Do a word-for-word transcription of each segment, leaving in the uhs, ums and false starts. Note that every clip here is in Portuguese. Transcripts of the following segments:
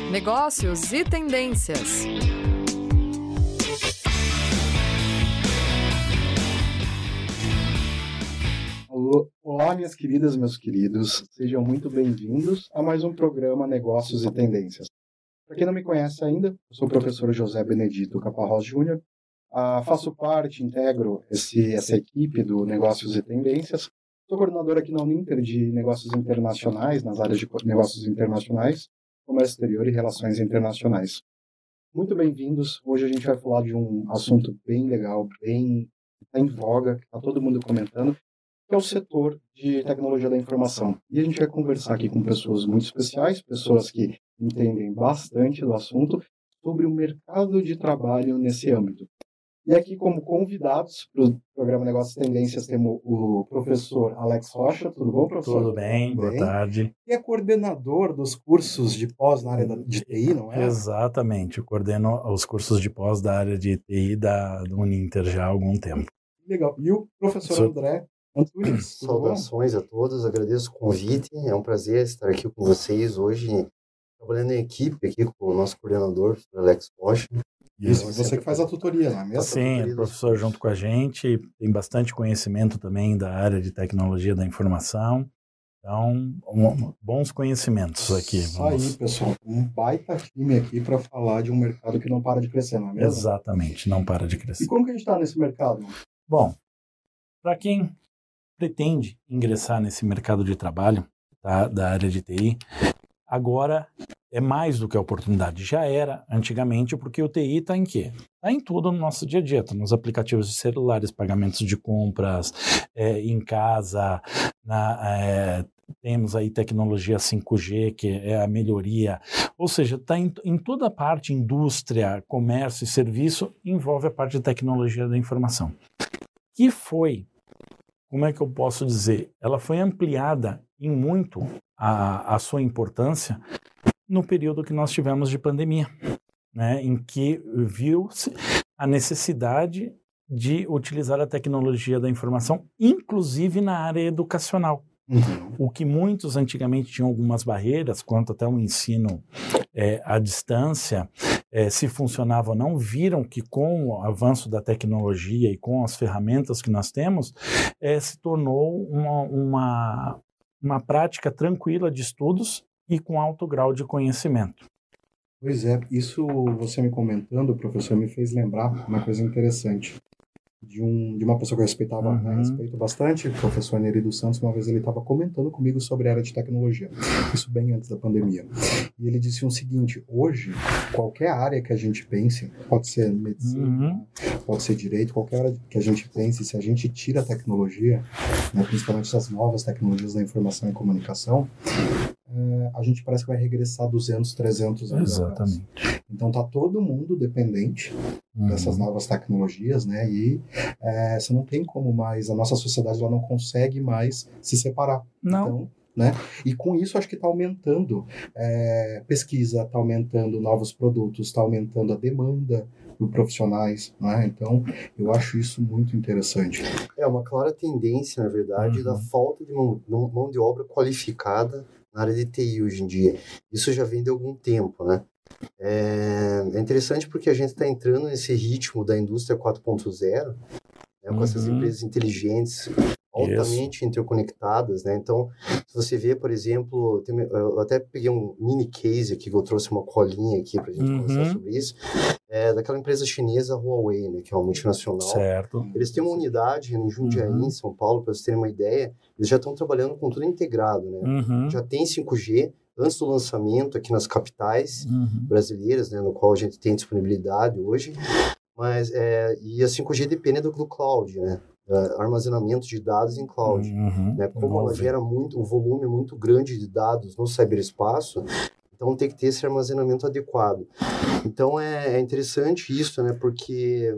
Negócios e tendências. Olá, minhas queridas e meus queridos. Sejam muito bem-vindos a mais um programa Negócios e Tendências. Para quem não me conhece ainda, eu sou o professor José Benedito Caparrós Júnior. Ah, faço parte, integro esse, essa equipe do Negócios e Tendências. Sou coordenador aqui na Uninter de Negócios Internacionais, nas áreas de negócios internacionais, comércio exterior e relações internacionais. Muito bem-vindos. Hoje a gente vai falar de um assunto bem legal, bem tá em voga, que está todo mundo comentando, que é o setor de tecnologia da informação. E a gente vai conversar aqui com pessoas muito especiais, pessoas que entendem bastante do assunto, sobre o mercado de trabalho nesse âmbito. E aqui, como convidados para o programa Negócios e Tendências, temos o professor Alex Rocha. Tudo bom, professor? Tudo bem, Tudo boa bem. tarde. E é coordenador dos cursos de pós na área de T I, não é? Exatamente, eu coordeno os cursos de pós da área de T I da, do Uninter já há algum tempo. Legal. E o professor Sou... André Antunes. Saudações a todos, agradeço o convite, é um prazer estar aqui com vocês hoje, trabalhando em equipe aqui com o nosso coordenador, o Alex Rocha. Isso, você que faz a tutoria, não é mesmo? Sim, o professor junto com a gente, tem bastante conhecimento também da área de tecnologia da informação, então, um, bons conhecimentos aqui. Isso vamos... aí, pessoal, um baita time aqui para falar de um mercado que não para de crescer, não é mesmo? Exatamente, não para de crescer. E como que a gente está nesse mercado? Bom, para quem pretende ingressar nesse mercado de trabalho, tá, da área de T I, agora é mais do que a oportunidade. Já era antigamente, porque o T I está em quê? Está em tudo no nosso dia a dia, tá nos aplicativos de celulares, pagamentos de compras, é, em casa, na, é, temos aí tecnologia cinco G, que é a melhoria, ou seja, está em, em toda a parte, indústria, comércio e serviço, envolve a parte de tecnologia da informação. Que foi, como é que eu posso dizer, ela foi ampliada em muito a, a sua importância no período que nós tivemos de pandemia, né, em que viu-se a necessidade de utilizar a tecnologia da informação, inclusive na área educacional. Uhum. O que muitos antigamente tinham algumas barreiras, quanto até o ensino é, à distância, é, se funcionava ou não, viram que com o avanço da tecnologia e com as ferramentas que nós temos, é, se tornou uma, uma, uma prática tranquila de estudos e com alto grau de conhecimento. Pois é, isso você me comentando, professor, me fez lembrar uma coisa interessante. De, um, de uma pessoa que eu respeitava, uhum. né, respeito bastante, o professor Neri dos Santos, uma vez ele estava comentando comigo sobre a área de tecnologia, isso bem antes da pandemia. E ele disse o seguinte: hoje, qualquer área que a gente pense, pode ser medicina, uhum. pode ser direito, qualquer área que a gente pense, se a gente tira a tecnologia, né, principalmente essas novas tecnologias da informação e comunicação, é, a gente parece que vai regressar duzentos, trezentos anos. Exatamente. Atrás. Então tá todo mundo dependente uhum. dessas novas tecnologias, né? E é, você não tem como mais, a nossa sociedade ela não consegue mais se separar. Não. Então, né? E com isso acho que está aumentando é, pesquisa, está aumentando novos produtos, está aumentando a demanda por profissionais, né? Então eu acho isso muito interessante. É uma clara tendência, na verdade, uhum. da falta de mão, mão de obra qualificada na área de T I hoje em dia. Isso já vem de algum tempo, né? É, é interessante porque a gente está entrando nesse ritmo da indústria quatro ponto zero, né, com uhum. essas empresas inteligentes, altamente Isso. interconectadas, né? Então, se você vê, por exemplo, tem, eu até peguei um mini case aqui, que eu trouxe uma colinha aqui para a gente uhum. conversar sobre isso, é, daquela empresa chinesa Huawei, né, que é uma multinacional. Certo. Eles têm uma unidade em Jundiaí, uhum. em São Paulo, para vocês terem uma ideia, eles já estão trabalhando com tudo integrado, né? Uhum. Já tem cinco G, antes do lançamento aqui nas capitais uhum. brasileiras, né, no qual a gente tem disponibilidade hoje, mas, é, e a cinco G depende do, do cloud, né? Uh, armazenamento de dados em cloud, uhum, né? Como ela gera muito, um volume muito grande de dados no ciberespaço, então tem que ter esse armazenamento adequado. Então é, é interessante isso, né? Porque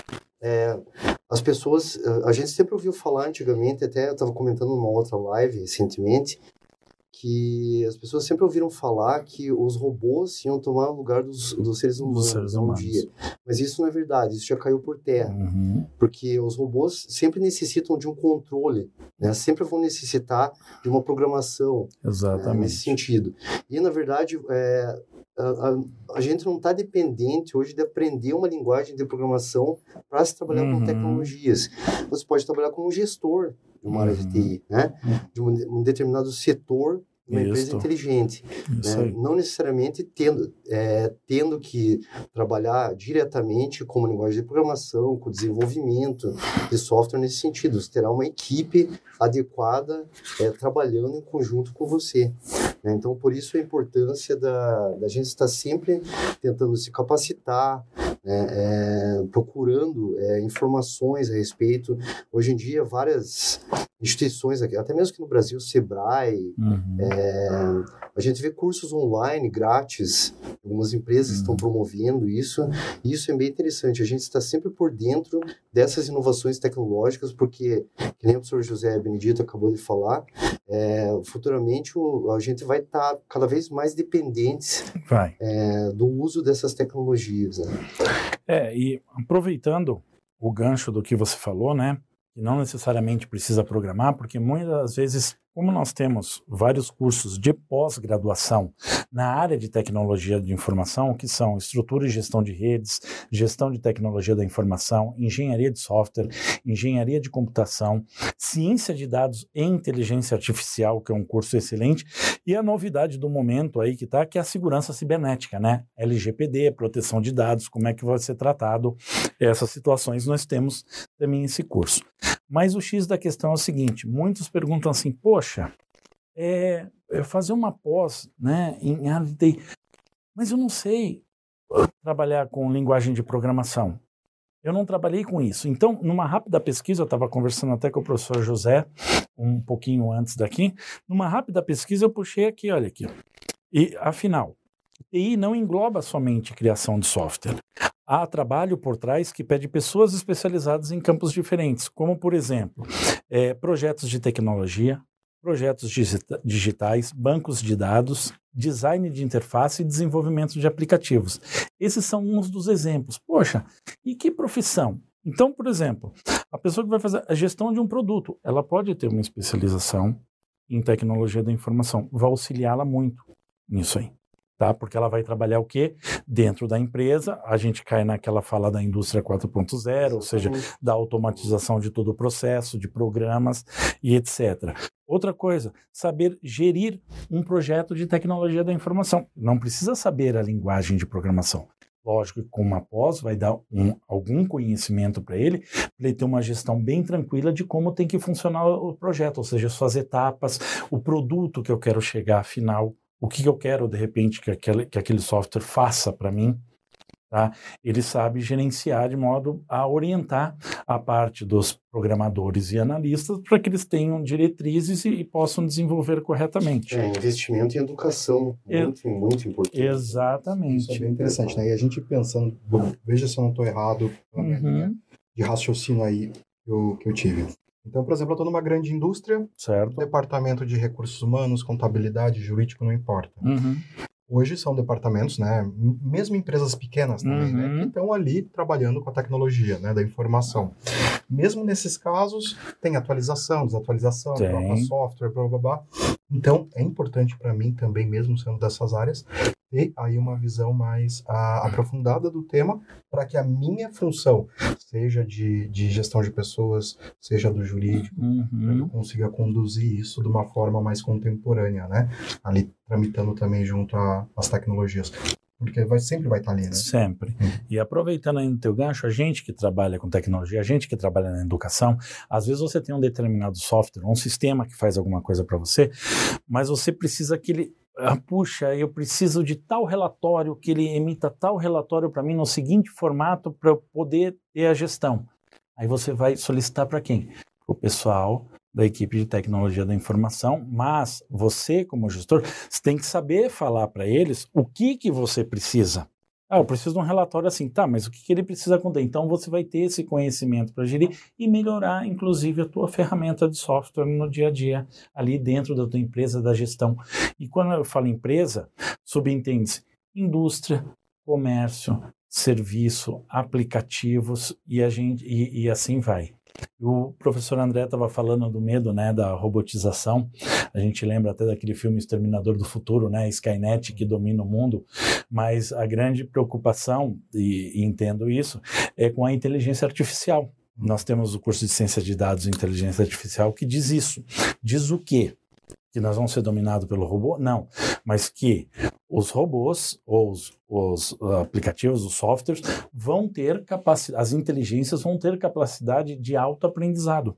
é, as pessoas, a gente sempre ouviu falar antigamente, até eu estava comentando numa outra live recentemente, que as pessoas sempre ouviram falar que os robôs iam tomar o lugar dos, dos seres humanos, Dos seres um humanos. dia. Mas isso não é verdade, isso já caiu por terra. Uhum. Porque os robôs sempre necessitam de um controle, né? Sempre vão necessitar de uma programação, Exatamente. né? Nesse sentido. E, na verdade, é, a, a, a gente não está dependente hoje de aprender uma linguagem de programação para se trabalhar Uhum. com tecnologias. Você pode trabalhar como gestor de uma área de T I, né? De um, um determinado setor de uma empresa Isso. inteligente. Isso Né? aí. Não necessariamente tendo, é, tendo que trabalhar diretamente com uma linguagem de programação, com desenvolvimento de software nesse sentido. Você terá uma equipe adequada é, trabalhando em conjunto com você. Né? Então, por isso a importância da, da gente estar sempre tentando se capacitar, né? é, procurando é, informações a respeito. Hoje em dia, várias instituições, aqui, até mesmo aqui no Brasil, Sebrae, Uhum. é, a gente vê cursos online grátis, algumas empresas Uhum. estão promovendo isso, e isso é bem interessante, a gente está sempre por dentro dessas inovações tecnológicas, porque, que nem o professor José Benedito acabou de falar, é, futuramente o, a gente vai estar tá cada vez mais dependentes Vai. é, do uso dessas tecnologias. Né? É, e aproveitando o gancho do que você falou, né, que não necessariamente precisa programar, porque muitas das vezes, como nós temos vários cursos de pós-graduação na área de tecnologia de informação, que são estrutura e gestão de redes, gestão de tecnologia da informação, engenharia de software, engenharia de computação, ciência de dados e inteligência artificial, que é um curso excelente, e a novidade do momento aí que está, que é a segurança cibernética, né? L G P D, proteção de dados, como é que vai ser tratado essas situações, nós temos também esse curso. Mas o X da questão é o seguinte, muitos perguntam assim, poxa, é, é fazer uma pós, né, em área de T I, mas eu não sei trabalhar com linguagem de programação. Eu não trabalhei com isso. Então, numa rápida pesquisa, eu estava conversando até com o professor José, um pouquinho antes daqui, numa rápida pesquisa eu puxei aqui, olha aqui. E, afinal, T I não engloba somente criação de software. Há trabalho por trás que pede pessoas especializadas em campos diferentes, como, por exemplo, é, projetos de tecnologia, projetos digita- digitais, bancos de dados, design de interface e desenvolvimento de aplicativos. Esses são uns dos exemplos. Poxa, e que profissão? Então, por exemplo, a pessoa que vai fazer a gestão de um produto, ela pode ter uma especialização em tecnologia da informação, vai auxiliá-la muito nisso aí. Tá? Porque ela vai trabalhar o quê? Dentro da empresa, a gente cai naquela fala da indústria quatro ponto zero, ou seja, da automatização de todo o processo, de programas e etcétera. Outra coisa, saber gerir um projeto de tecnologia da informação. Não precisa saber a linguagem de programação. Lógico que com uma pós vai dar um, algum conhecimento para ele, para ele ter uma gestão bem tranquila de como tem que funcionar o projeto, ou seja, suas etapas, o produto que eu quero chegar afinal, o que eu quero, de repente, que aquele, que aquele software faça para mim, tá? Ele sabe gerenciar de modo a orientar a parte dos programadores e analistas para que eles tenham diretrizes e, e possam desenvolver corretamente. É, investimento em educação, muito, é, muito importante. Exatamente. Isso é bem interessante, né? E a gente pensando, bom, veja se eu não estou errado pela minha Uhum. linha de raciocínio aí que eu, que eu tive. Então, por exemplo, eu estou numa grande indústria, Certo. departamento de recursos humanos, contabilidade, jurídico, não importa. Uhum. Hoje são departamentos, né, mesmo empresas pequenas também, Uhum. né, que estão ali trabalhando com a tecnologia, né, da informação. Mesmo nesses casos, tem atualização, desatualização, Tem. troca software, blá, blá, blá. Então, é importante para mim também, mesmo sendo dessas áreas, ter aí uma visão mais a, aprofundada do tema para que a minha função, seja de, de gestão de pessoas, seja do jurídico, Uhum. eu consiga conduzir isso de uma forma mais contemporânea, né? Ali tramitando também junto às tecnologias. Porque vai, sempre vai estar ali, né? Sempre. E aproveitando aí no teu gancho, a gente que trabalha com tecnologia, a gente que trabalha na educação, às vezes você tem um determinado software, um sistema que faz alguma coisa para você, mas você precisa que ele, ah, puxa, eu preciso de tal relatório, que ele emita tal relatório para mim no seguinte formato para eu poder ter a gestão. Aí você vai solicitar para quem? Para o pessoal da equipe de tecnologia da informação, mas você, como gestor, você tem que saber falar para eles o que, que você precisa. Ah, eu preciso de um relatório assim. Tá, mas o que, que ele precisa conter? Então você vai ter esse conhecimento para gerir e melhorar, inclusive, a tua ferramenta de software no dia a dia, ali dentro da tua empresa, da gestão. E quando eu falo empresa, subentende-se indústria, comércio, serviço, aplicativos e, a gente, e, e assim vai. O professor André estava falando do medo, né, da robotização. A gente lembra até daquele filme Exterminador do Futuro, né, Skynet que domina o mundo, mas a grande preocupação, e, e entendo isso, é com a inteligência artificial. Nós temos o curso de Ciência de Dados e Inteligência Artificial que diz isso. Diz o quê? Que nós vamos ser dominados pelo robô? Não, mas que os robôs, ou os, os aplicativos, os softwares, vão ter capacidade, as inteligências vão ter capacidade de autoaprendizado,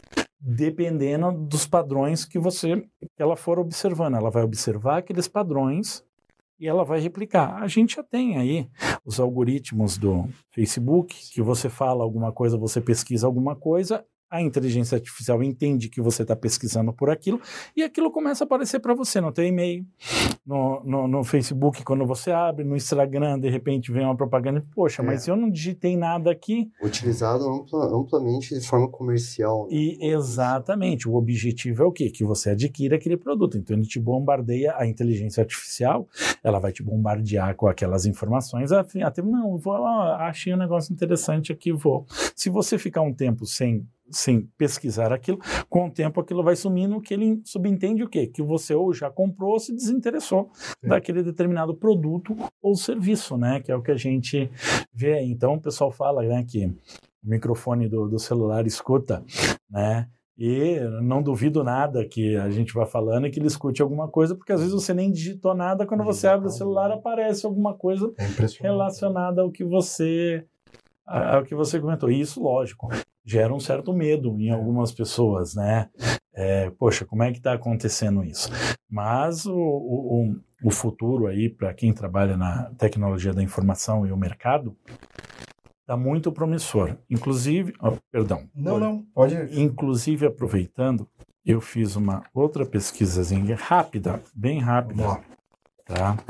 dependendo dos padrões que você, que ela for observando. Ela vai observar aqueles padrões e ela vai replicar. A gente já tem aí os algoritmos do Facebook, que você fala alguma coisa, você pesquisa alguma coisa, a inteligência artificial entende que você está pesquisando por aquilo e aquilo começa a aparecer para você no teu e-mail, no, no, no Facebook, quando você abre, no Instagram, de repente vem uma propaganda, poxa, é. mas eu não digitei nada aqui. Utilizado ampla, amplamente de forma comercial. Né? E exatamente, o objetivo é o quê? Que você adquira aquele produto. Então ele te bombardeia, a inteligência artificial, ela vai te bombardear com aquelas informações, até, não, vou, ó, achei um negócio interessante aqui, vou. Se você ficar um tempo sem sem pesquisar aquilo, com o tempo aquilo vai sumindo, que ele subentende o quê? Que você ou já comprou ou se desinteressou Sim. daquele determinado produto ou serviço, né? Que é o que a gente vê. Então o pessoal fala, né, que o microfone do, do celular escuta, né? E não duvido nada que a gente vai falando e que ele escute alguma coisa, porque às vezes você nem digitou nada, quando você abre o celular aparece alguma coisa é relacionada ao que você ao que você comentou. E isso, lógico, gera um certo medo em algumas pessoas, né? É, poxa, como é que está acontecendo isso? Mas o, o, o futuro aí, para quem trabalha na tecnologia da informação e o mercado, está muito promissor. Inclusive, oh, perdão. Não, pode, não, pode. Inclusive, aproveitando, eu fiz uma outra pesquisazinha rápida, bem rápida, tá?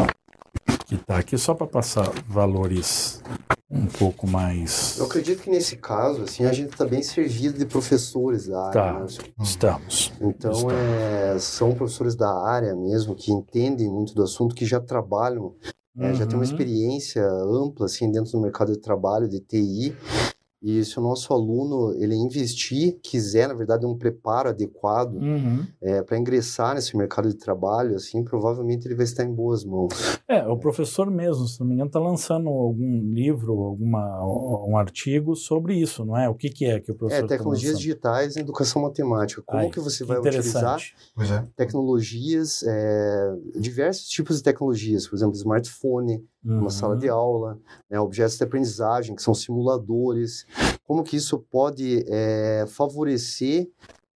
Que está aqui só para passar valores um pouco mais... Eu acredito que nesse caso, assim, a gente está bem servido de professores da área. Tá, né? estamos. Então, estamos. É, são professores da área mesmo, que entendem muito do assunto, que já trabalham, uhum. é, já têm uma experiência ampla, assim, dentro do mercado de trabalho, de T I. E se o nosso aluno, ele investir, quiser, na verdade, um preparo adequado uhum. é, para ingressar nesse mercado de trabalho, assim, provavelmente ele vai estar em boas mãos. É, o professor mesmo, se não me engano, está lançando algum livro, alguma, um artigo sobre isso, não é? O que, que é que o professor É, tecnologias tá digitais em educação matemática. Como Ai, que você vai utilizar pois é. tecnologias, é, diversos tipos de tecnologias, por exemplo, smartphone, uhum. uma sala de aula, né, objetos de aprendizagem, que são simuladores, como que isso pode é, favorecer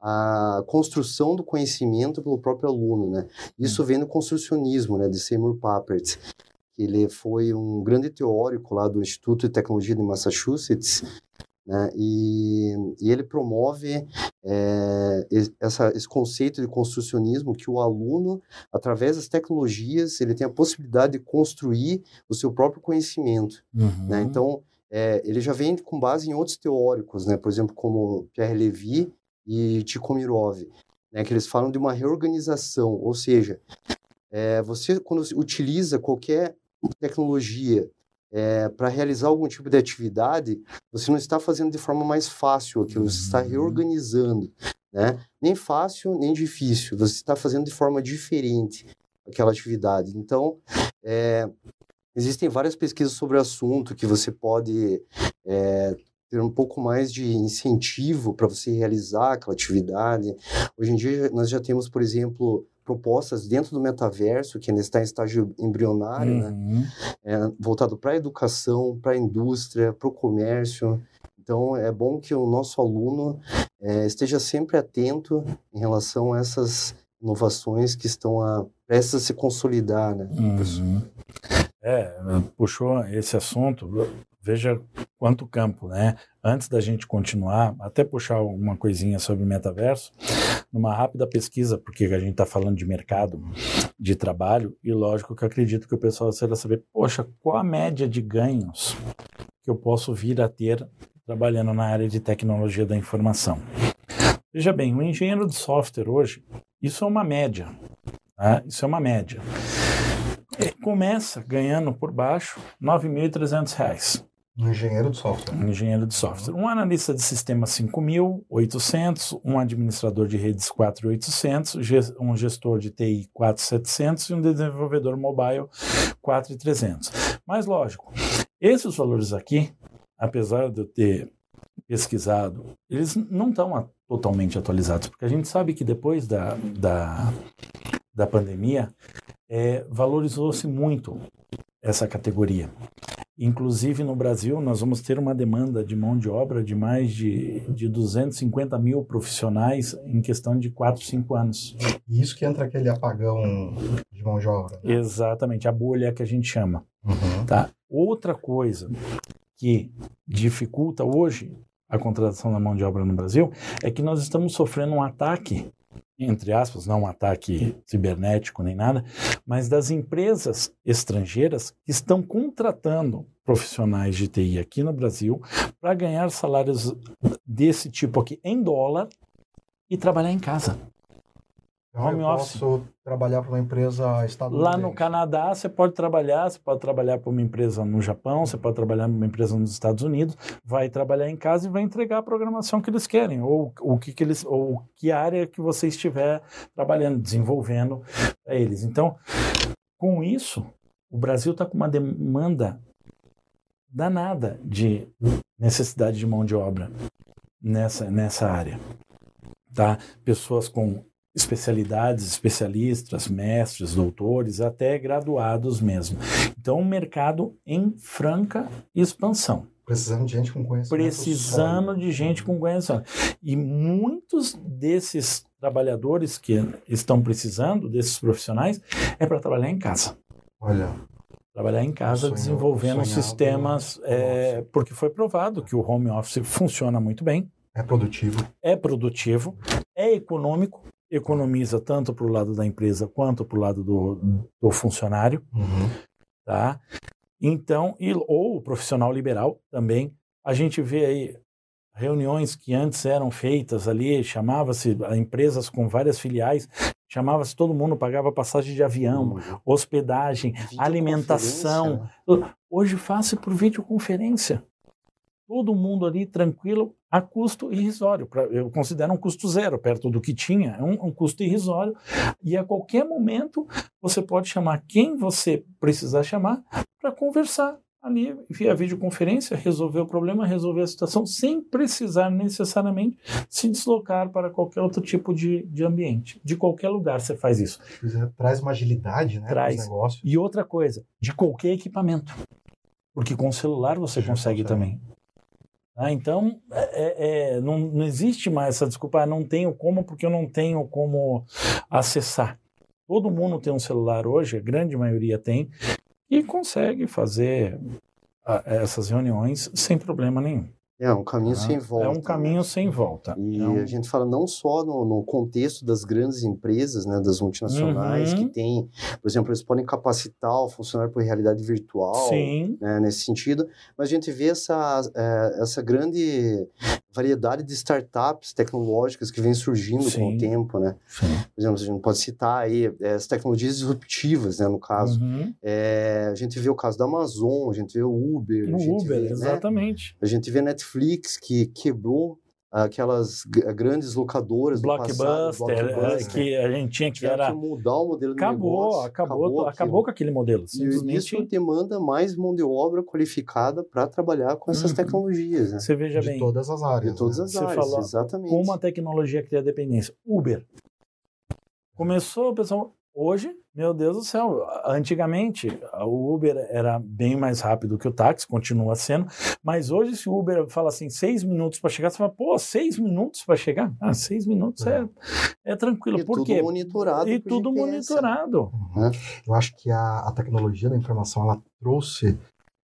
a construção do conhecimento pelo próprio aluno, né? Isso vem no construcionismo, né, de Seymour Papert. Ele foi um grande teórico lá do Instituto de Tecnologia de Massachusetts, né? E, e ele promove é, essa, esse conceito de construcionismo, que o aluno, através das tecnologias, ele tem a possibilidade de construir o seu próprio conhecimento, uhum. né? Então, é, ele já vem com base em outros teóricos, né? Por exemplo, como Pierre Levy e Tikhomirov, né? Que eles falam de uma reorganização, ou seja, é, você, quando utiliza qualquer tecnologia é, para realizar algum tipo de atividade, você não está fazendo de forma mais fácil aquilo, você está reorganizando, né? Nem fácil, nem difícil, você está fazendo de forma diferente aquela atividade. Então, é, existem várias pesquisas sobre o assunto que você pode é, ter um pouco mais de incentivo para você realizar aquela atividade. Hoje em dia, nós já temos, por exemplo, propostas dentro do metaverso, que ainda está em estágio embrionário, uhum. né? É, voltado para a educação, para a indústria, para o comércio. Então, é bom que o nosso aluno é, esteja sempre atento em relação a essas inovações que estão a, prestes a se consolidar, né? Uhum. É, puxou esse assunto, veja quanto campo, né? Antes da gente continuar, até puxar alguma coisinha sobre metaverso, numa rápida pesquisa, porque a gente está falando de mercado de trabalho, e lógico que eu acredito que o pessoal será saber, poxa, qual a média de ganhos que eu posso vir a ter trabalhando na área de tecnologia da informação. Veja bem, o engenheiro de software hoje, isso é uma média, tá? Isso é uma média. Ele começa ganhando por baixo nove mil e trezentos reais. Um engenheiro de software. Um engenheiro de software. Um analista de sistema cinco mil e oitocentos, um administrador de redes quatro mil e oitocentos, um gestor de T I quatro mil e setecentos e um desenvolvedor mobile quatro mil e trezentos. Mas lógico, esses valores aqui, apesar de eu ter pesquisado, eles não estão totalmente atualizados, porque a gente sabe que depois da, da, da pandemia, é, valorizou-se muito essa categoria. Inclusive no Brasil, nós vamos ter uma demanda de mão de obra de mais de, de duzentos e cinquenta mil profissionais em questão de quatro, cinco anos. E isso que entra aquele apagão de mão de obra. Né? Exatamente, a bolha que a gente chama. Uhum. Tá? Outra coisa que dificulta hoje a contratação da mão de obra no Brasil é que nós estamos sofrendo um ataque, entre aspas, não um ataque cibernético nem nada, mas das empresas estrangeiras que estão contratando profissionais de T I aqui no Brasil para ganhar salários desse tipo aqui em dólar e trabalhar em casa. Então, Home eu office. posso trabalhar para uma empresa estadunidense. Lá no Canadá, você pode trabalhar, você pode trabalhar para uma empresa no Japão, você pode trabalhar para uma empresa nos Estados Unidos, vai trabalhar em casa e vai entregar a programação que eles querem, ou o que, que eles, ou que área que você estiver trabalhando, desenvolvendo para eles. Então, com isso, o Brasil está com uma demanda danada de necessidade de mão de obra nessa, nessa área. Tá? Pessoas com especialidades, especialistas, mestres, doutores, até graduados mesmo. Então, um mercado em franca expansão. Precisando de gente com conhecimento Precisando sólido. de gente com conhecimento. E muitos desses trabalhadores que estão precisando, desses profissionais, é para trabalhar em casa. Olha... Trabalhar em casa, sonho, desenvolvendo sonhado, sistemas, é, porque foi provado que o home office funciona muito bem. É produtivo. É produtivo, é econômico, economiza tanto para o lado da empresa quanto para o lado do, do funcionário, Uhum. tá? Então, e, ou o profissional liberal também. A gente vê aí reuniões que antes eram feitas ali, chamava-se empresas com várias filiais, chamava-se todo mundo, pagava passagem de avião, Uhum. hospedagem, alimentação. Né? Hoje faz por videoconferência. Todo mundo ali tranquilo, a custo irrisório. Pra, eu considero um custo zero, perto do que tinha, é um, um custo irrisório. E a qualquer momento você pode chamar quem você precisar chamar para conversar ali via videoconferência, resolver o problema, resolver a situação, sem precisar necessariamente se deslocar para qualquer outro tipo de, de ambiente. De qualquer lugar você faz isso. Traz uma agilidade, né, Traz. para os negócios. E outra coisa, de qualquer equipamento. Porque com o celular você Já consegue, consegue. também. Ah, então, é, é, não, não existe mais essa desculpa, ah, não tenho como porque eu não tenho como acessar. Todo mundo tem um celular hoje, a grande maioria tem, e consegue fazer a, essas reuniões sem problema nenhum. É um caminho Ah, sem volta. É um caminho né? sem volta. E É um- a gente fala não só no, no contexto das grandes empresas, né, das multinacionais, Uhum. que tem, por exemplo, eles podem capacitar o funcionário por realidade virtual, Sim, né, nesse sentido, mas a gente vê essa, é, essa grande variedade de startups tecnológicas que vem surgindo com Sim. o tempo, né? sim. Por exemplo, a gente pode citar aí é, as tecnologias disruptivas, né, no caso. Uhum. É, a gente vê o caso da Amazon, a gente vê o Uber, a O gente Uber, vê, né, exatamente. a gente vê a Netflix, que quebrou aquelas g- grandes locadoras do passado, Blockbuster, é, Blockbuster, que a gente tinha que tiveram era... que mudar o modelo de Acabou, negócio. acabou, acabou, aquilo. com aquele modelo. E Simplesmente, isso demanda mais mão de obra qualificada para trabalhar com essas Uhum. tecnologias, né? você veja De bem, todas as áreas. De todas né? as Você áreas, falou exatamente. como a tecnologia cria dependência. Uber. Começou, o pessoal... Hoje, meu Deus do céu, antigamente o Uber era bem mais rápido que o táxi, continua sendo, mas hoje se o Uber fala assim, seis minutos para chegar, você fala, pô, seis minutos para chegar? Ah, seis minutos é, é tranquilo. E Por tudo quê? monitorado E por tudo G P S. monitorado. Uhum. Eu acho que a, a tecnologia da informação ela trouxe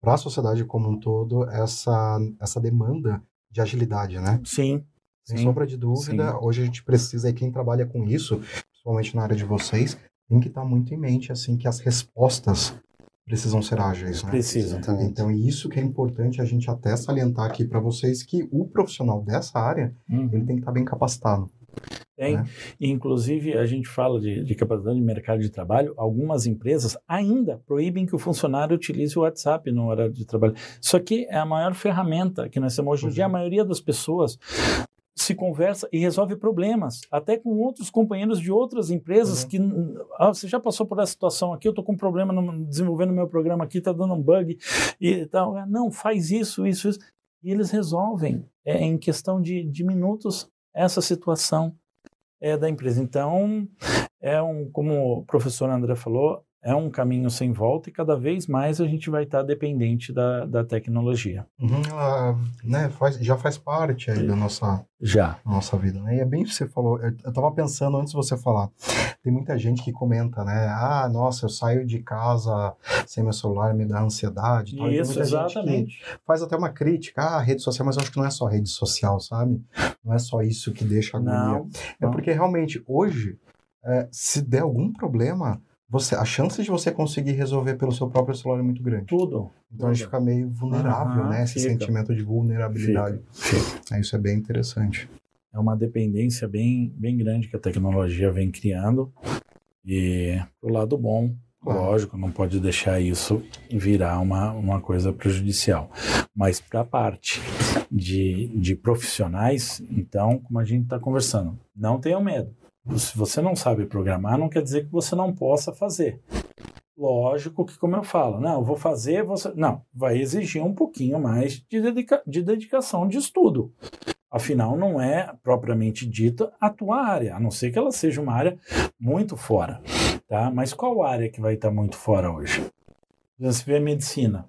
para a sociedade como um todo, essa, essa demanda de agilidade, né? Sim. Sem sim, sombra de dúvida, sim. Hoje a gente precisa, e quem trabalha com isso, principalmente na área de vocês, tem que estar muito em mente, assim, que as respostas precisam ser ágeis, né? Precisam. Então, isso que é importante a gente até salientar aqui para vocês, que o profissional dessa área, uhum. ele tem que estar bem capacitado. Tem. Né? Inclusive, a gente fala de, de capacidade de mercado de trabalho, algumas empresas ainda proíbem que o funcionário utilize o WhatsApp no horário de trabalho. Isso aqui é a maior ferramenta que nós temos hoje em uhum. dia. A maioria das pessoas se conversa e resolve problemas, até com outros companheiros de outras empresas uhum. que, ah, você já passou por essa situação aqui, eu estou com um problema no, desenvolvendo meu programa aqui, está dando um bug, e tal. Não, faz isso, isso, isso. E eles resolvem, é, em questão de, de minutos, essa situação é, da empresa. Então, é um, como o professor André falou, é um caminho sem volta e cada vez mais a gente vai estar dependente da, da tecnologia. Uhum, ela, né, faz, já faz parte aí da nossa, já. da nossa vida. Né? E é bem o que você falou. Eu estava pensando antes de você falar. Tem muita gente que comenta, né? Ah, nossa, eu saio de casa sem meu celular, me dá ansiedade. Tal. Isso, tem muita exatamente. Gente que faz até uma crítica. Ah, rede social, mas eu acho que não é só rede social, sabe? Não é só isso que deixa agonia. Não, é não. Porque realmente, hoje, é, se der algum problema... Você, a chance de você conseguir resolver pelo seu próprio celular é muito grande. Tudo. Então a gente fica meio vulnerável, uhum, né? Esse fica. sentimento de vulnerabilidade. Fica, fica. Isso é bem interessante. É uma dependência bem, bem grande que a tecnologia vem criando. E pro lado bom, claro. Lógico, não pode deixar isso virar uma, uma coisa prejudicial. Mas para a parte de, de profissionais, então, como a gente está conversando, não tenham medo. Se você não sabe programar, não quer dizer que você não possa fazer. Lógico que, como eu falo, não, eu vou fazer, você... não, vai exigir um pouquinho mais de, dedica... de dedicação de estudo. Afinal, não é propriamente dita a tua área, a não ser que ela seja uma área muito fora. Tá? Mas qual área que vai estar muito fora hoje? Você vê a medicina.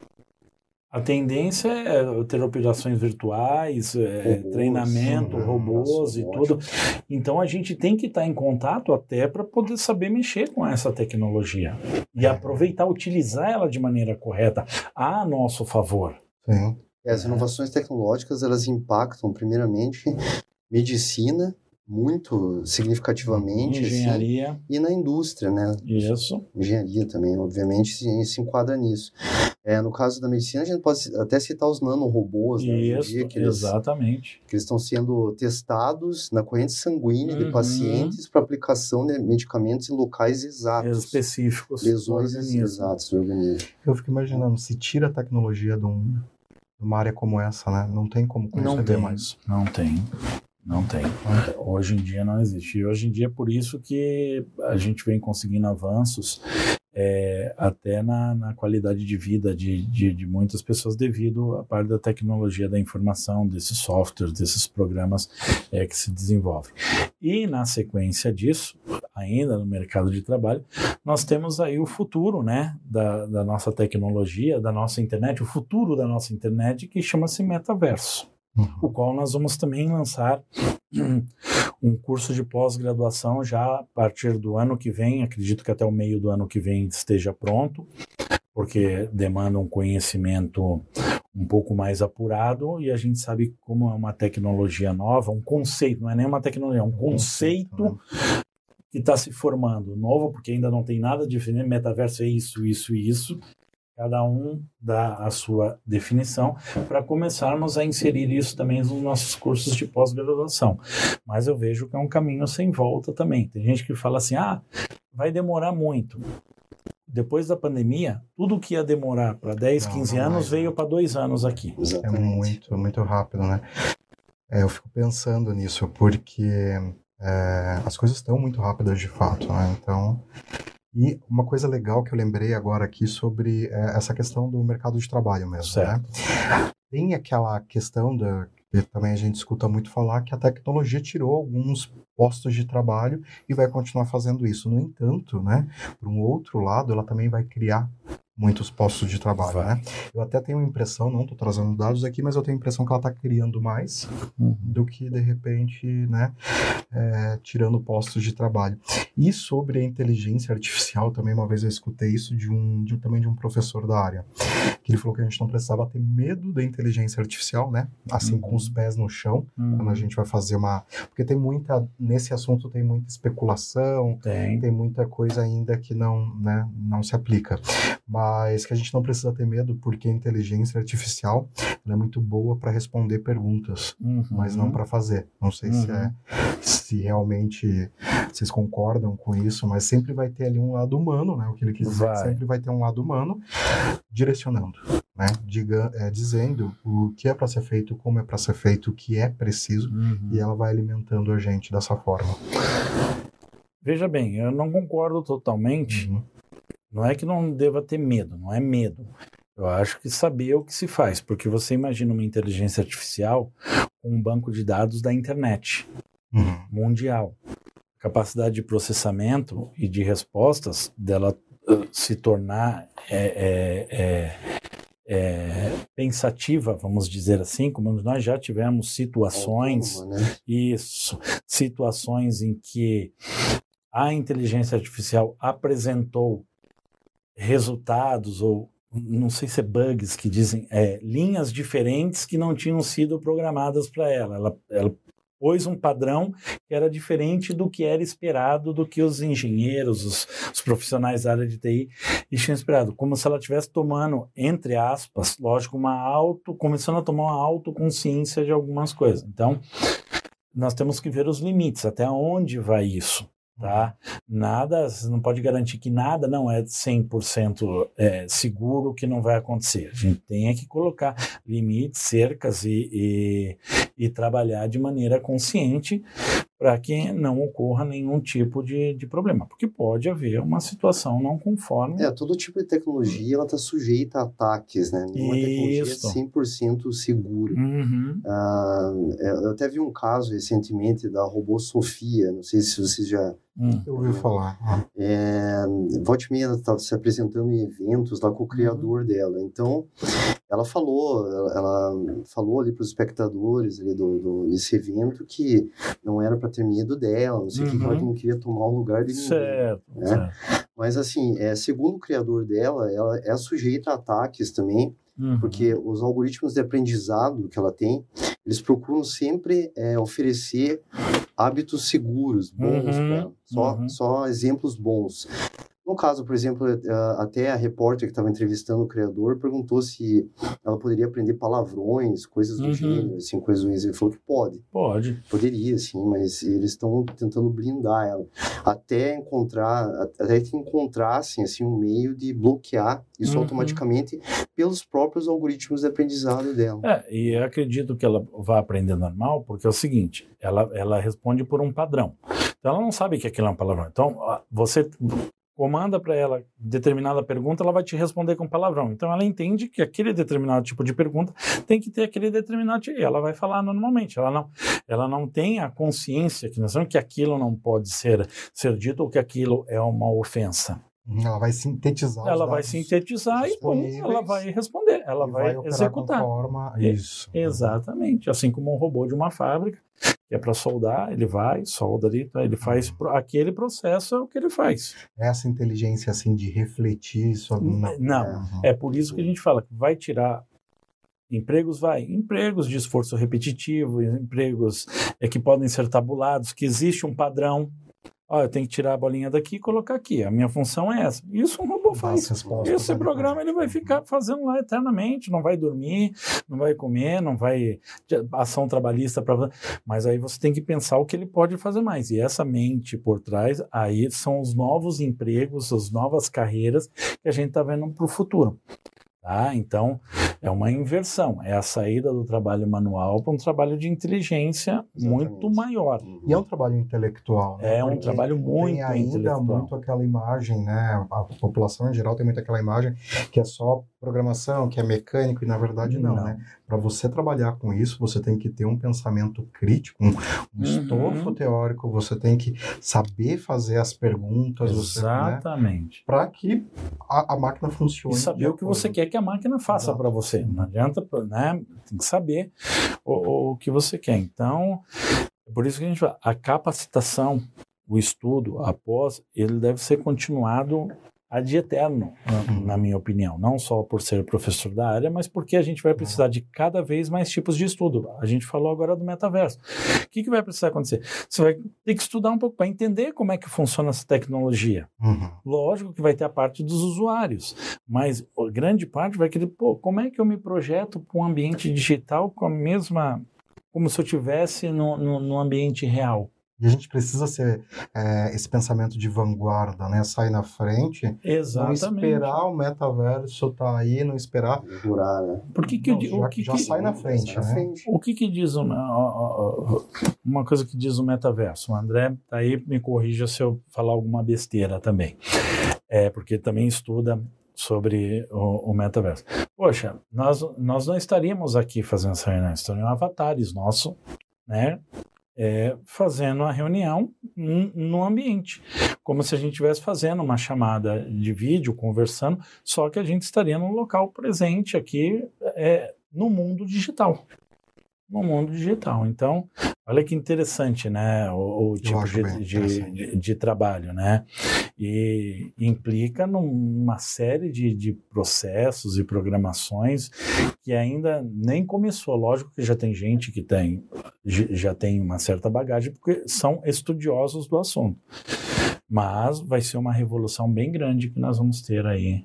A tendência é ter operações virtuais, é, robôs, treinamento, sim, robôs e tudo. Ótimo. Então a gente tem que estar em contato até para poder saber mexer com essa tecnologia e aproveitar, utilizar ela de maneira correta a nosso favor. Sim. E as inovações tecnológicas, elas impactam primeiramente medicina, muito significativamente. Engenharia. Assim, e na indústria, né? Isso. Engenharia também, obviamente, se, se enquadra nisso. É, no caso da medicina, a gente pode até citar os nanorobôs, né? Isso, dia, que exatamente. Eles, que eles estão sendo testados na corrente sanguínea uhum. de pacientes para aplicação de medicamentos em locais exatos. Específicos. Lesões exatas do organismo. Eu fico imaginando, se tira a tecnologia de, um, de uma área como essa, né? Não tem como conceber mais. Não tem. Não tem. Hoje em dia não existe. E hoje em dia é por isso que a gente vem conseguindo avanços é, até na, na qualidade de vida de, de, de muitas pessoas devido à parte da tecnologia da informação, desses softwares, desses programas é, que se desenvolvem. E na sequência disso, ainda no mercado de trabalho, nós temos aí o futuro, né, da, da nossa tecnologia, da nossa internet, o futuro da nossa internet, que chama-se metaverso. O qual nós vamos também lançar um curso de pós-graduação já a partir do ano que vem, acredito que até o meio do ano que vem esteja pronto, porque demanda um conhecimento um pouco mais apurado e a gente sabe como é uma tecnologia nova, um conceito, não é nem uma tecnologia, é um conceito que está se formando, novo, porque ainda não tem nada diferente, metaverso é isso, isso e isso. Cada um dá a sua definição para começarmos a inserir isso também nos nossos cursos de pós-graduação. Mas eu vejo que é um caminho sem volta também. Tem gente que fala assim, ah, vai demorar muito. Depois da pandemia, tudo que ia demorar para dez, não, quinze não anos mais, veio para dois anos aqui. Exatamente. É muito, muito rápido, né? É, eu fico pensando nisso, porque é, as coisas estão muito rápidas de fato, né? Então... E uma coisa legal que eu lembrei agora aqui sobre é, essa questão do mercado de trabalho mesmo, certo. Né? Tem aquela questão da, que também a gente escuta muito falar, que a tecnologia tirou alguns postos de trabalho e vai continuar fazendo isso. No entanto, né, por um outro lado, ela também vai criar muitos postos de trabalho, né? Eu até tenho a impressão, não estou trazendo dados aqui, mas eu tenho a impressão que ela está criando mais uhum. do que, de repente, né? é, tirando postos de trabalho. E sobre a inteligência artificial, também uma vez eu escutei isso de um, de, também de um professor da área, que ele falou que a gente não precisava ter medo da inteligência artificial, né? Assim, uhum. com os pés no chão, uhum. quando a gente vai fazer uma... Porque tem muita, nesse assunto tem muita especulação, tem, tem muita coisa ainda que não, né, não se aplica. Mas que a gente não precisa ter medo, porque a inteligência artificial ela é muito boa para responder perguntas, uhum. mas não para fazer. Não sei uhum. se, é, se realmente vocês concordam com isso, mas sempre vai ter ali um lado humano, né? O que ele quis dizer, sempre vai ter um lado humano direcionando, né? Diga, é, dizendo o que é para ser feito, como é para ser feito, o que é preciso, uhum. e ela vai alimentando a gente dessa forma. Veja bem, eu não concordo totalmente. Uhum. Não é que não deva ter medo, não é medo. Eu acho que saber o que se faz, porque você imagina uma inteligência artificial com um banco de dados da internet uhum. mundial. Capacidade de processamento e de respostas dela uh, se tornar é, é, é, é, pensativa, vamos dizer assim, como nós já tivemos situações, Autônoma, né? isso, situações em que a inteligência artificial apresentou resultados ou não sei se é bugs que dizem, é, linhas diferentes que não tinham sido programadas para ela. ela. Ela pôs um padrão que era diferente do que era esperado, do que os engenheiros, os, os profissionais da área de T I tinham esperado. Como se ela estivesse tomando, entre aspas, lógico, uma auto, começando a tomar uma autoconsciência de algumas coisas. Então, nós temos que ver os limites, até onde vai isso. Tá? Nada, você não pode garantir que nada não é cem por cento é, seguro que não vai acontecer. A gente tem que colocar limites, cercas e, e, e trabalhar de maneira consciente para que não ocorra nenhum tipo de, de problema, porque pode haver uma situação não conforme. É, todo tipo de tecnologia ela está sujeita a ataques, né? Nenhuma tecnologia é cem por cento segura. Uhum. Ah, eu até vi um caso recentemente da robô Sofia, não sei se vocês já... Hum. Eu ouvi falar. É, Volte e meia ela estava se apresentando em eventos lá com o criador uhum. dela, então ela falou, ela, ela falou ali para os espectadores ali do, do, desse evento que não era para ter medo dela, não sei o uhum. que, ela não queria tomar o lugar de ninguém. Certo, né? certo. Mas assim, é, segundo o criador dela, ela é sujeita a ataques também, uhum. porque os algoritmos de aprendizado que ela tem, eles procuram sempre é, oferecer hábitos seguros, bons uhum. para ela, só, uhum. só exemplos bons. No caso, por exemplo, até a repórter que estava entrevistando o criador perguntou se ela poderia aprender palavrões, coisas do uhum. gênero, assim, coisas do gênero. Ele falou que pode. Pode. Poderia, sim, mas eles estão tentando blindar ela. Até encontrar, até que encontrassem, assim, um meio de bloquear isso uhum. automaticamente pelos próprios algoritmos de aprendizado dela. É, e eu acredito que ela vai aprender normal, porque é o seguinte, ela, ela responde por um padrão. Então, ela não sabe que aquilo é um palavrão. Então, você... comanda para ela determinada pergunta, ela vai te responder com palavrão. Então, ela entende que aquele determinado tipo de pergunta tem que ter aquele determinado tipo, e ela vai falar normalmente. Ela não, ela não tem a consciência que, nós sabemos que aquilo não pode ser, ser dito ou que aquilo é uma ofensa. Ela vai sintetizar Ela vai sintetizar e bom, ela vai responder, ela vai, vai executar. Conforme isso. É, exatamente. Assim como um robô de uma fábrica, que é para soldar, ele vai, solda ali, ele faz uhum. aquele processo, é o que ele faz. Essa inteligência assim de refletir sobre... Não, não. Uhum. É por isso que a gente fala que vai tirar empregos, vai, empregos de esforço repetitivo, empregos é, que podem ser tabulados, que existe um padrão. Ó, eu tenho que tirar a bolinha daqui e colocar aqui. A minha função é essa. Isso um robô faz. Esse programa ele vai ficar fazendo lá eternamente. Não vai dormir, não vai comer, não vai... ação trabalhista para... Mas aí você tem que pensar o que ele pode fazer mais. E essa mente por trás, aí são os novos empregos, as novas carreiras que a gente está vendo para o futuro. Tá? Então, é uma inversão. É a saída do trabalho manual para um trabalho de inteligência Exatamente. Muito maior. E é um trabalho intelectual. Né? É um Porque trabalho muito tem ainda intelectual. muito aquela imagem, né? A população em geral tem muito aquela imagem que é só programação, que é mecânico, e na verdade não, não. né? Para você trabalhar com isso, você tem que ter um pensamento crítico, um, um uhum. estofo teórico, você tem que saber fazer as perguntas. Exatamente. Né? Para que a, a máquina funcione. E saber o que você quer que a máquina faça para você. Não adianta, né? Tem que saber o, o que você quer. Então, Por isso que a gente fala, a capacitação, o estudo, após, ele deve ser continuado ad eterno, Uhum. na minha opinião. Não só por ser professor da área, mas porque a gente vai precisar de cada vez mais tipos de estudo. A gente falou agora do metaverso. O que, que vai precisar acontecer? Você vai ter que estudar um pouco para entender como é que funciona essa tecnologia. Uhum. Lógico que vai ter a parte dos usuários, mas a grande parte vai querer, pô, como é que eu me projeto para um ambiente digital com a mesma, como se eu estivesse no, no, no ambiente real? E a gente precisa ser é, esse pensamento de vanguarda, né? Sair na frente. Exatamente. Não esperar o metaverso estar aí, não esperar. Durar, né? Por que que Não, eu digo- já, o que já que- sai na frente, Sai na né? frente. O que que diz o, uma coisa que diz o metaverso? O André tá aí, me corrija se eu falar alguma besteira também. É, porque também estuda sobre o, o metaverso. Poxa, nós, nós não estaríamos aqui fazendo essa reunião, estariam avatares nossos, né? É, fazendo a reunião n- no ambiente, como se a gente estivesse fazendo uma chamada de vídeo, conversando, só que a gente estaria no local presente aqui, é, no mundo digital. No mundo digital. Então, olha que interessante, né, o, o tipo acho de, bem de, interessante. de, de trabalho, né, e implica numa série de, de processos e programações que ainda nem começou. Lógico que já tem gente que tem, j- já tem uma certa bagagem, porque são estudiosos do assunto. Mas vai ser uma revolução bem grande que nós vamos ter aí.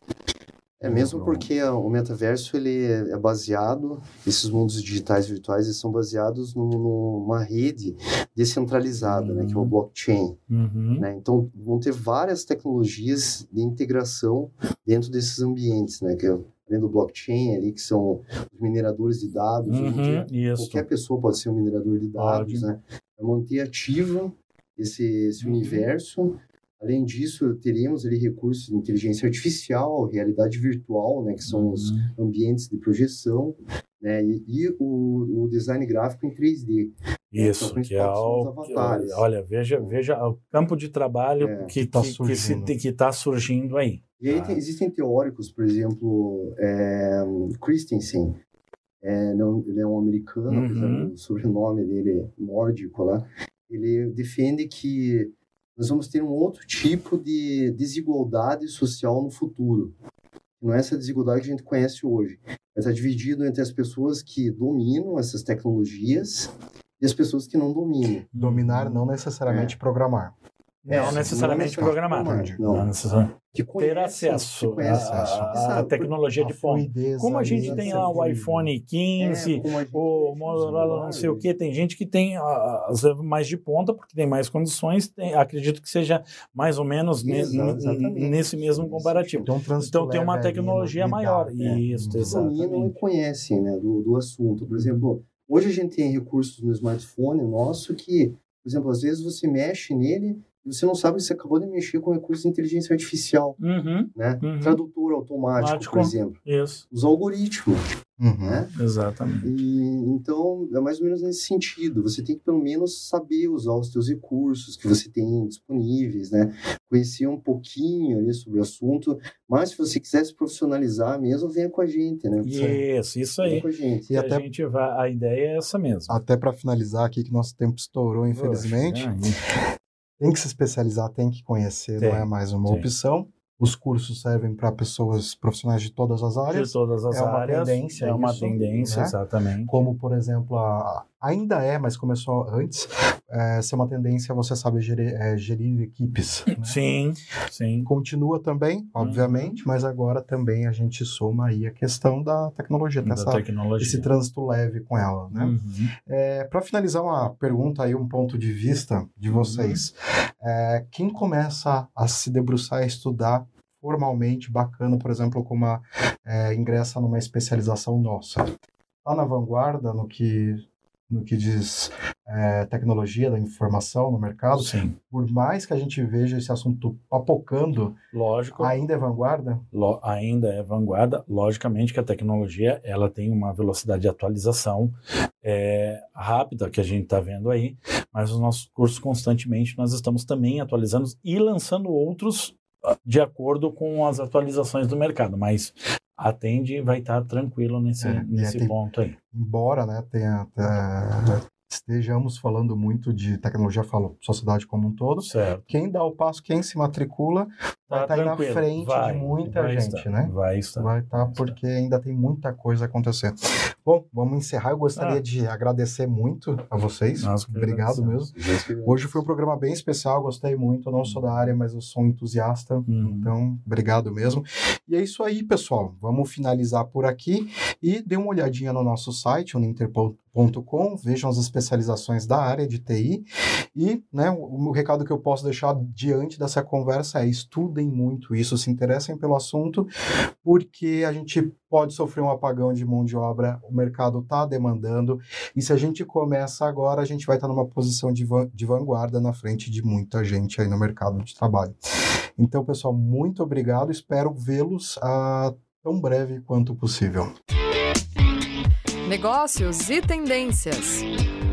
É mesmo porque a- o metaverso ele é é baseado, esses mundos digitais virtuais, eles são baseados no- numa rede descentralizada, né, que é o Uhum. blockchain. Uhum. Né? Então, vão ter várias tecnologias de integração dentro desses ambientes, né? Que é, além do blockchain ali, que são os mineradores de dados. Hoje em dia, Uhum. Isso. qualquer pessoa pode ser um minerador de dados, Pode. né? Vai manter ativo esse, esse Uhum. universo. Além disso, teríamos ali recursos de inteligência artificial, realidade virtual, né? Que são os Uhum. ambientes de projeção, né? E, e o, o design gráfico em três D. Isso, Então, que é o. principalmente que- são os avatares. olha, veja, veja o campo de trabalho É, que tá está que, que se- surgindo. que tá surgindo aí. E aí Ah. tem- existem teóricos, por exemplo, é, Christensen, é, não- ele é um americano, Uhum. apesar do sobrenome dele nórdico lá, ele defende que nós vamos ter um outro tipo de desigualdade social no futuro. Não é essa desigualdade que a gente conhece hoje. Vai estar dividido entre as pessoas que dominam essas tecnologias e as pessoas que não dominam. Dominar não É. necessariamente programar. Não É, necessariamente não programar. necessariamente Não. Não necessariamente. Que Ter conhecem, acesso que conhecem. à- acesso. à Sabe, tecnologia A de ponta. fluidez Como a ali, gente tem lá o fluida. iPhone quinze, É, como a gente o mexe no Motorola não celular, sei o né? que, tem gente que tem ah, as mais de ponta, porque tem mais condições, tem- acredito que seja mais ou menos ne- Exa- n- exatamente. nesse mesmo Nesse comparativo. Tem um trânsito Então tem uma leve ali no tecnologia lidar, maior. né? Isso, Uhum. dominam e exatamente. conhecem, né, do, do assunto. Por exemplo, hoje a gente tem recursos no smartphone nosso que, por exemplo, às vezes você mexe nele e você não sabe que você acabou de mexer com recursos de inteligência artificial, Uhum, né? Uhum. Tradutor automático, Automático. por exemplo. isso, Os algoritmos, Uhum. né? exatamente. E, então, é mais ou menos nesse sentido. Você tem que, pelo menos, saber usar os seus recursos que você tem disponíveis, né? Conhecer um pouquinho ali sobre o assunto. Mas, se você quiser se profissionalizar mesmo, venha com a gente, né? Isso, isso Venha aí. com a gente. E Que até- a gente vai, a ideia é essa mesmo. Até para finalizar aqui, que nosso tempo estourou, infelizmente. Poxa, Tem que se especializar, tem que conhecer, Tem, não é mais uma tem. opção. Os cursos servem para pessoas profissionais de todas as áreas, de todas as é uma áreas. tendência é uma isso, tendência, né? exatamente. como, por exemplo, a, ainda é, mas começou antes, é, ser uma tendência você saber gerir, é, gerir equipes. Né? Sim, sim. Continua também, obviamente, mas agora também a gente soma aí a questão da tecnologia, Da dessa, tecnologia. esse trânsito leve com ela, né? Uhum. É, para finalizar uma pergunta aí, um ponto de vista de vocês, é, quem começa a se debruçar a estudar formalmente, bacana, por exemplo, como uma, é, ingressa numa especialização nossa, está na vanguarda no que, no que diz é, tecnologia da informação no mercado, Sim, por mais que a gente veja esse assunto papocando, lógico. ainda é vanguarda? Lo- ainda é vanguarda. Logicamente que a tecnologia ela tem uma velocidade de atualização é, rápida que a gente está vendo aí, mas os nossos cursos constantemente nós estamos também atualizando e lançando outros ah, de acordo com as atualizações do mercado, mas atende vai estar tranquilo nesse, É, e nesse tem- ponto aí. Embora, né, tenha, é, estejamos falando muito de tecnologia, falo sociedade como um todo. Certo. Quem dá o passo, quem se matricula, vai estar aí na frente vai, de muita vai gente, estar, né? Vai estar. Vai estar, porque ainda tem muita coisa acontecendo. Bom, vamos encerrar. Eu gostaria ah. de agradecer muito a vocês. Nossa, obrigado mesmo. Hoje foi um programa bem especial, gostei muito. Eu não sou da área, mas eu sou um entusiasta. Hum. Então, obrigado mesmo. E é isso aí, pessoal. Vamos finalizar por aqui e dê uma olhadinha no nosso site, uninter ponto com, vejam as especializações da área de T I e, né, o, o recado que eu posso deixar diante dessa conversa é: estudem muito isso, se interessem pelo assunto, porque a gente pode sofrer um apagão de mão de obra, o mercado está demandando, e se a gente começa agora, a gente vai estar numa posição de, van, de vanguarda na frente de muita gente aí no mercado de trabalho. Então, pessoal, muito obrigado, espero vê-los uh, tão breve quanto possível. Negócios e tendências.